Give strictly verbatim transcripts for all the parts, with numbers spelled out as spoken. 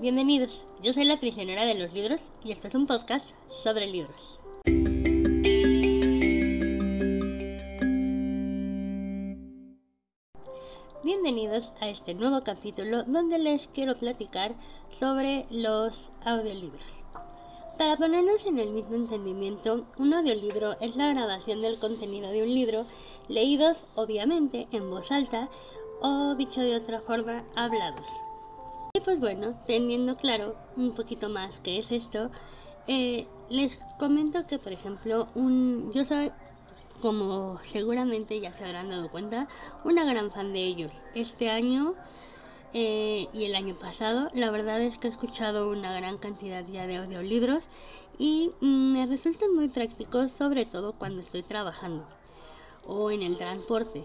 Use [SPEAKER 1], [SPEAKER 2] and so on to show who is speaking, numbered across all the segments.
[SPEAKER 1] Bienvenidos, yo soy la prisionera de los libros y esto es un podcast sobre libros. Bienvenidos a este nuevo capítulo donde les quiero platicar sobre los audiolibros. Para ponernos en el mismo entendimiento, un audiolibro es la grabación del contenido de un libro, leídos obviamente en voz alta o, dicho de otra forma, hablados. Y pues bueno, teniendo claro un poquito más qué es esto, eh, les comento que, por ejemplo, un yo soy, como seguramente ya se habrán dado cuenta, una gran fan de ellos. Este año eh, y el año pasado, la verdad es que he escuchado una gran cantidad ya de audiolibros y mm, me resultan muy prácticos, sobre todo cuando estoy trabajando o en el transporte.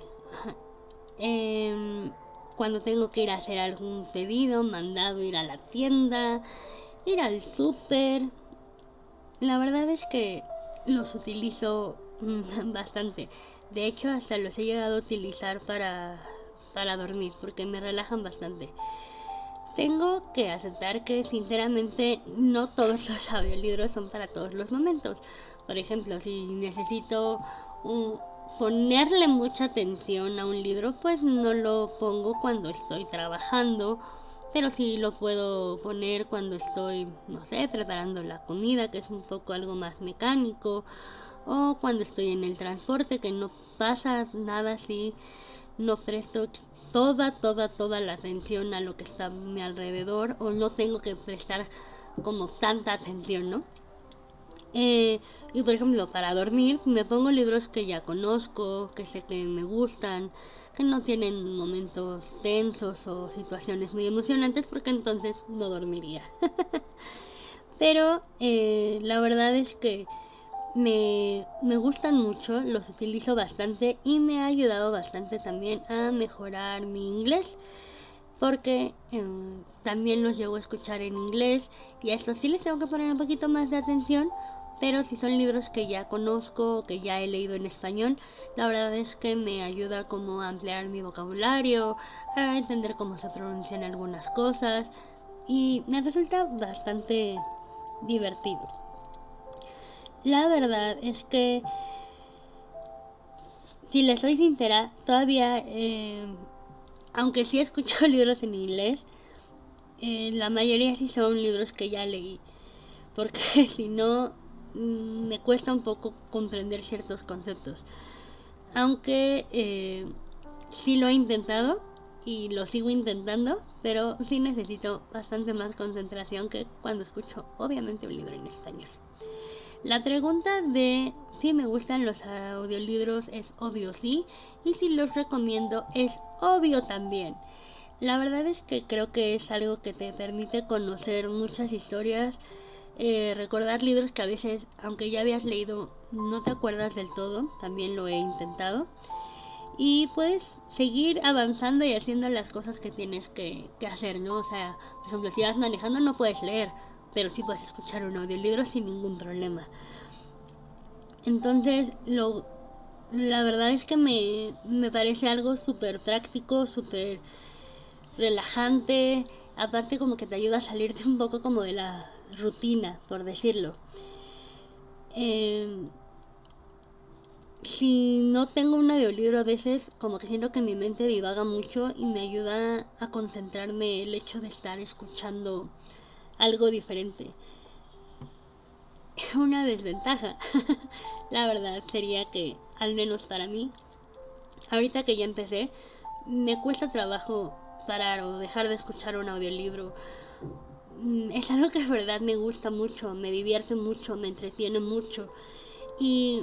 [SPEAKER 1] eh, Cuando tengo que ir a hacer algún pedido, mandado, ir a la tienda, ir al súper. La verdad es que los utilizo bastante. De hecho, hasta los he llegado a utilizar para, para dormir, porque me relajan bastante. Tengo que aceptar que sinceramente no todos los audiolibros son para todos los momentos. Por ejemplo, si necesito un... ponerle mucha atención a un libro, pues no lo pongo cuando estoy trabajando, pero sí lo puedo poner cuando estoy, no sé, preparando la comida, que es un poco algo más mecánico, o cuando estoy en el transporte, que no pasa nada así, no presto toda, toda, toda la atención a lo que está a mi alrededor, o no tengo que prestar como tanta atención, ¿no? Eh, y por ejemplo, para dormir me pongo libros que ya conozco, que sé que me gustan, que no tienen momentos tensos o situaciones muy emocionantes, porque entonces no dormiría. Pero eh, la verdad es que me, me gustan mucho, los utilizo bastante y me ha ayudado bastante también a mejorar mi inglés, porque eh, también los llego a escuchar en inglés y a estos sí les tengo que poner un poquito más de atención. Pero si son libros que ya conozco, que ya he leído en español, la verdad es que me ayuda como a ampliar mi vocabulario, a entender cómo se pronuncian algunas cosas y me resulta bastante divertido. La verdad es que, si les soy sincera, todavía, eh, aunque sí he escuchado libros en inglés, eh, la mayoría sí son libros que ya leí, porque si no me cuesta un poco comprender ciertos conceptos, aunque eh, sí lo he intentado y lo sigo intentando, pero sí necesito bastante más concentración que cuando escucho obviamente un libro en español. La pregunta de si me gustan los audiolibros es obvio sí, y si los recomiendo es obvio también. La verdad es que creo que es algo que te permite conocer muchas historias, Eh, recordar libros que a veces, aunque ya habías leído, no te acuerdas del todo. También lo he intentado. Y puedes seguir avanzando y haciendo las cosas que tienes que, que hacer, ¿no? O sea, por ejemplo, si vas manejando no puedes leer, pero sí puedes escuchar un audiolibro sin ningún problema. Entonces, lo, la verdad es que me, me parece algo súper práctico, súper relajante. Aparte, como que te ayuda a salirte un poco como de la rutina, por decirlo. Eh, si no tengo un audiolibro, a veces como que siento que mi mente divaga mucho y me ayuda a concentrarme el hecho de estar escuchando algo diferente. Una desventaja, la verdad, sería que, al menos para mí, ahorita que ya empecé, me cuesta trabajo parar o dejar de escuchar un audiolibro. Es algo que de verdad me gusta mucho, me divierte mucho, me entretiene mucho y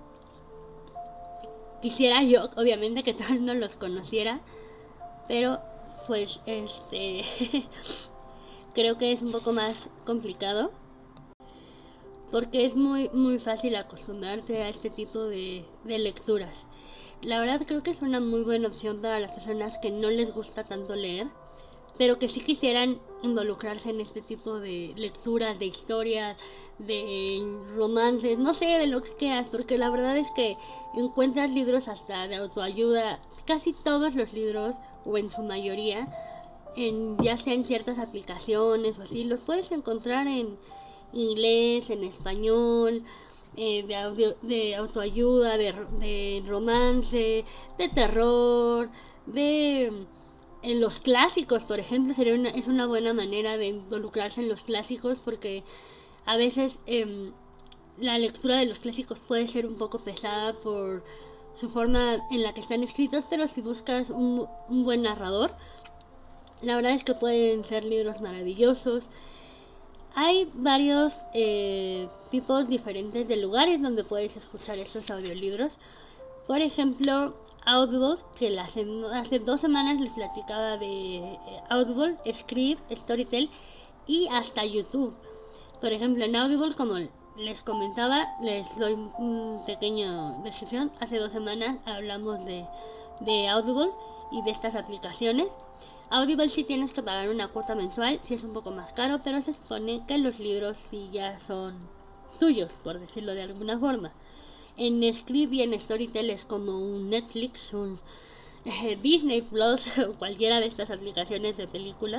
[SPEAKER 1] quisiera yo, obviamente, que todo el mundo los conociera, pero pues este creo que es un poco más complicado porque es muy muy fácil acostumbrarse a este tipo de, de lecturas. La verdad creo que es una muy buena opción para las personas que no les gusta tanto leer, pero que sí quisieran involucrarse en este tipo de lecturas, de historias, de romances, no sé, de lo que quieras, porque la verdad es que encuentras libros hasta de autoayuda. Casi todos los libros, o en su mayoría, en, ya sea en ciertas aplicaciones o así, los puedes encontrar en inglés, en español, eh, de, audio, de autoayuda, de, de romance, de terror, de en los clásicos, por ejemplo, sería una, es una buena manera de involucrarse en los clásicos, porque a veces eh, la lectura de los clásicos puede ser un poco pesada por su forma en la que están escritos, pero si buscas un, un buen narrador, la verdad es que pueden ser libros maravillosos. Hay varios eh, tipos diferentes de lugares donde puedes escuchar estos audiolibros. Por ejemplo, Audible, que la, hace dos semanas les platicaba de eh, Audible, Scribd, Storytel y hasta YouTube. Por ejemplo, en Audible, como les comentaba, les doy un pequeño descripción. Hace dos semanas hablamos de, de Audible y de estas aplicaciones. Audible sí tienes que pagar una cuota mensual, sí es un poco más caro, pero se supone que los libros sí ya son tuyos, por decirlo de alguna forma. En Scribd y en Storytel es como un Netflix, un eh, Disney Plus o cualquiera de estas aplicaciones de películas,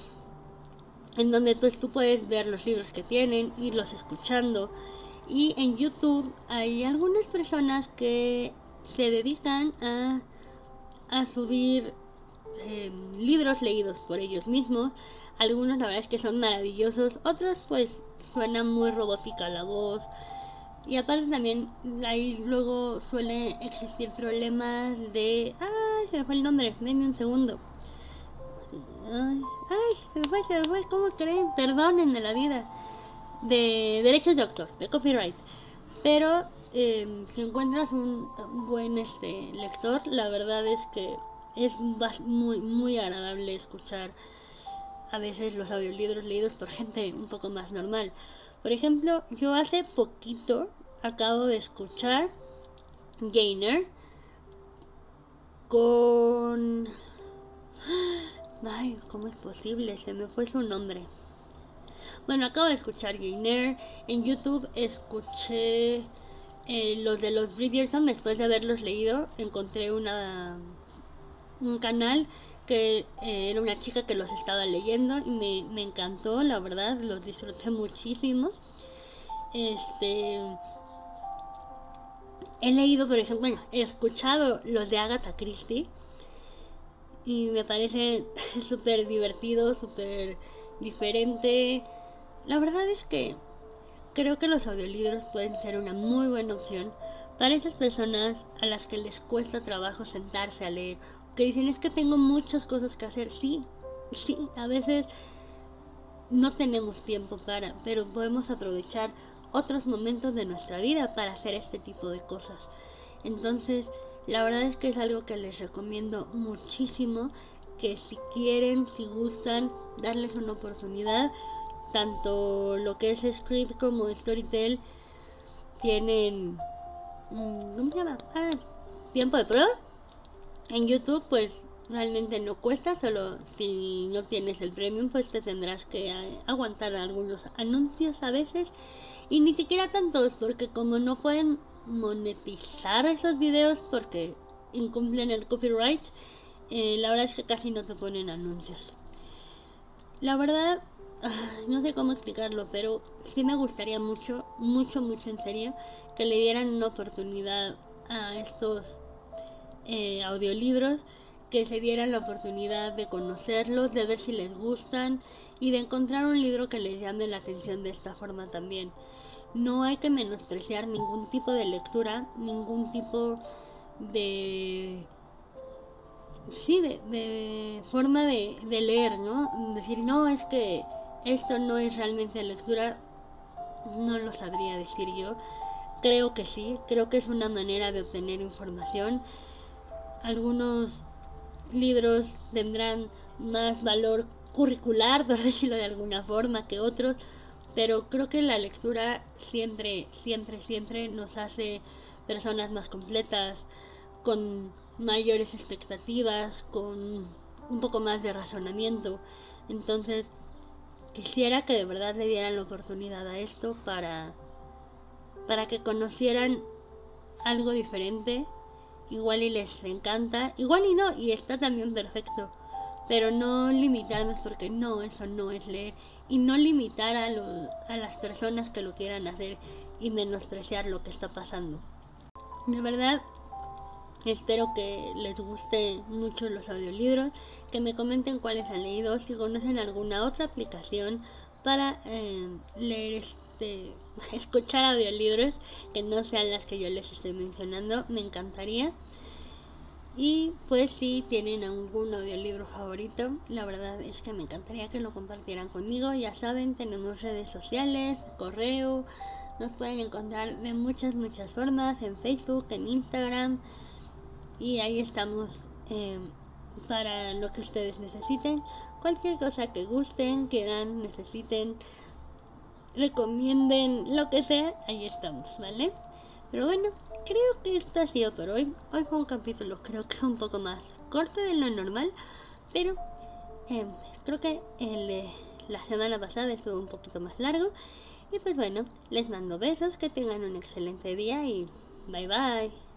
[SPEAKER 1] en donde pues tú puedes ver los libros que tienen, irlos escuchando. Y en YouTube hay algunas personas que se dedican a, a subir eh, libros leídos por ellos mismos. Algunos la verdad es que son maravillosos, otros pues suena muy robótica la voz. Y aparte también ahí luego suele existir problemas de... ¡Ay! Se me fue el nombre, denme un segundo. Ay, ay, se me fue, se me fue, ¿cómo creen? Perdonen de la vida. De derechos de autor, de copyright. Pero eh, si encuentras un buen este lector, la verdad es que es muy, muy agradable escuchar a veces los audiolibros leídos por gente un poco más normal. Por ejemplo, yo hace poquito acabo de escuchar Gainer con... Ay, ¿cómo es posible? Se me fue su nombre. Bueno, acabo de escuchar Gainer. En YouTube escuché eh, los de los Bridgerton. Después de haberlos leído, encontré una un canal que eh, era una chica que los estaba leyendo y me, me encantó, la verdad, los disfruté muchísimo. Este... He leído, por ejemplo, bueno, he escuchado los de Agatha Christie y me parece súper divertido, súper diferente. La verdad es que creo que los audiolibros pueden ser una muy buena opción para esas personas a las que les cuesta trabajo sentarse a leer, que dicen es que tengo muchas cosas que hacer. Sí, sí, a veces no tenemos tiempo para, pero podemos aprovechar otros momentos de nuestra vida para hacer este tipo de cosas. Entonces, la verdad es que es algo que les recomiendo muchísimo, que si quieren, si gustan, darles una oportunidad. Tanto lo que es Scribd como Storytel tienen, ¿cómo se llama? Ah, tiempo de prueba. En YouTube pues realmente no cuesta, solo si no tienes el premium pues te tendrás que aguantar algunos anuncios a veces, y ni siquiera tantos, porque como no pueden monetizar esos videos porque incumplen el copyright, eh, la verdad es que casi no te ponen anuncios. La verdad, no sé cómo explicarlo, pero sí me gustaría mucho, mucho, mucho en serio, que le dieran una oportunidad a estos eh, audiolibros, que se dieran la oportunidad de conocerlos, de ver si les gustan y de encontrar un libro que les llame la atención de esta forma también. No hay que menospreciar ningún tipo de lectura, ningún tipo de... sí, de, de forma de, de leer, ¿no? Decir, no, es que esto no es realmente lectura, no lo sabría decir yo. Creo que sí, creo que es una manera de obtener información. Algunos libros tendrán más valor curricular, por decirlo de alguna forma, que otros, pero creo que la lectura siempre, siempre, siempre nos hace personas más completas, con mayores expectativas, con un poco más de razonamiento. Entonces quisiera que de verdad le dieran la oportunidad a esto para para que conocieran algo diferente. Igual y les encanta, igual y no, y está también perfecto, pero no limitarnos, porque no, eso no es leer, y no limitar a, lo, a las personas que lo quieran hacer y menospreciar lo que está pasando. De verdad, espero que les guste mucho los audiolibros, que me comenten cuáles han leído, si conocen alguna otra aplicación para eh, leer este, escuchar audiolibros que no sean las que yo les estoy mencionando, me encantaría. Y pues si tienen algún audiolibro favorito, la verdad es que me encantaría que lo compartieran conmigo. Ya saben, tenemos redes sociales, correo, nos pueden encontrar de muchas, muchas formas, en Facebook, en Instagram, y ahí estamos eh, para lo que ustedes necesiten. Cualquier cosa que gusten, quieran, necesiten, recomienden, lo que sea, ahí estamos, ¿vale? Pero bueno, creo que esto ha sido por hoy. Hoy fue un capítulo creo que un poco más corto de lo normal, pero eh, creo que el de la semana pasada estuvo un poquito más largo. Y pues bueno, les mando besos, que tengan un excelente día y bye bye.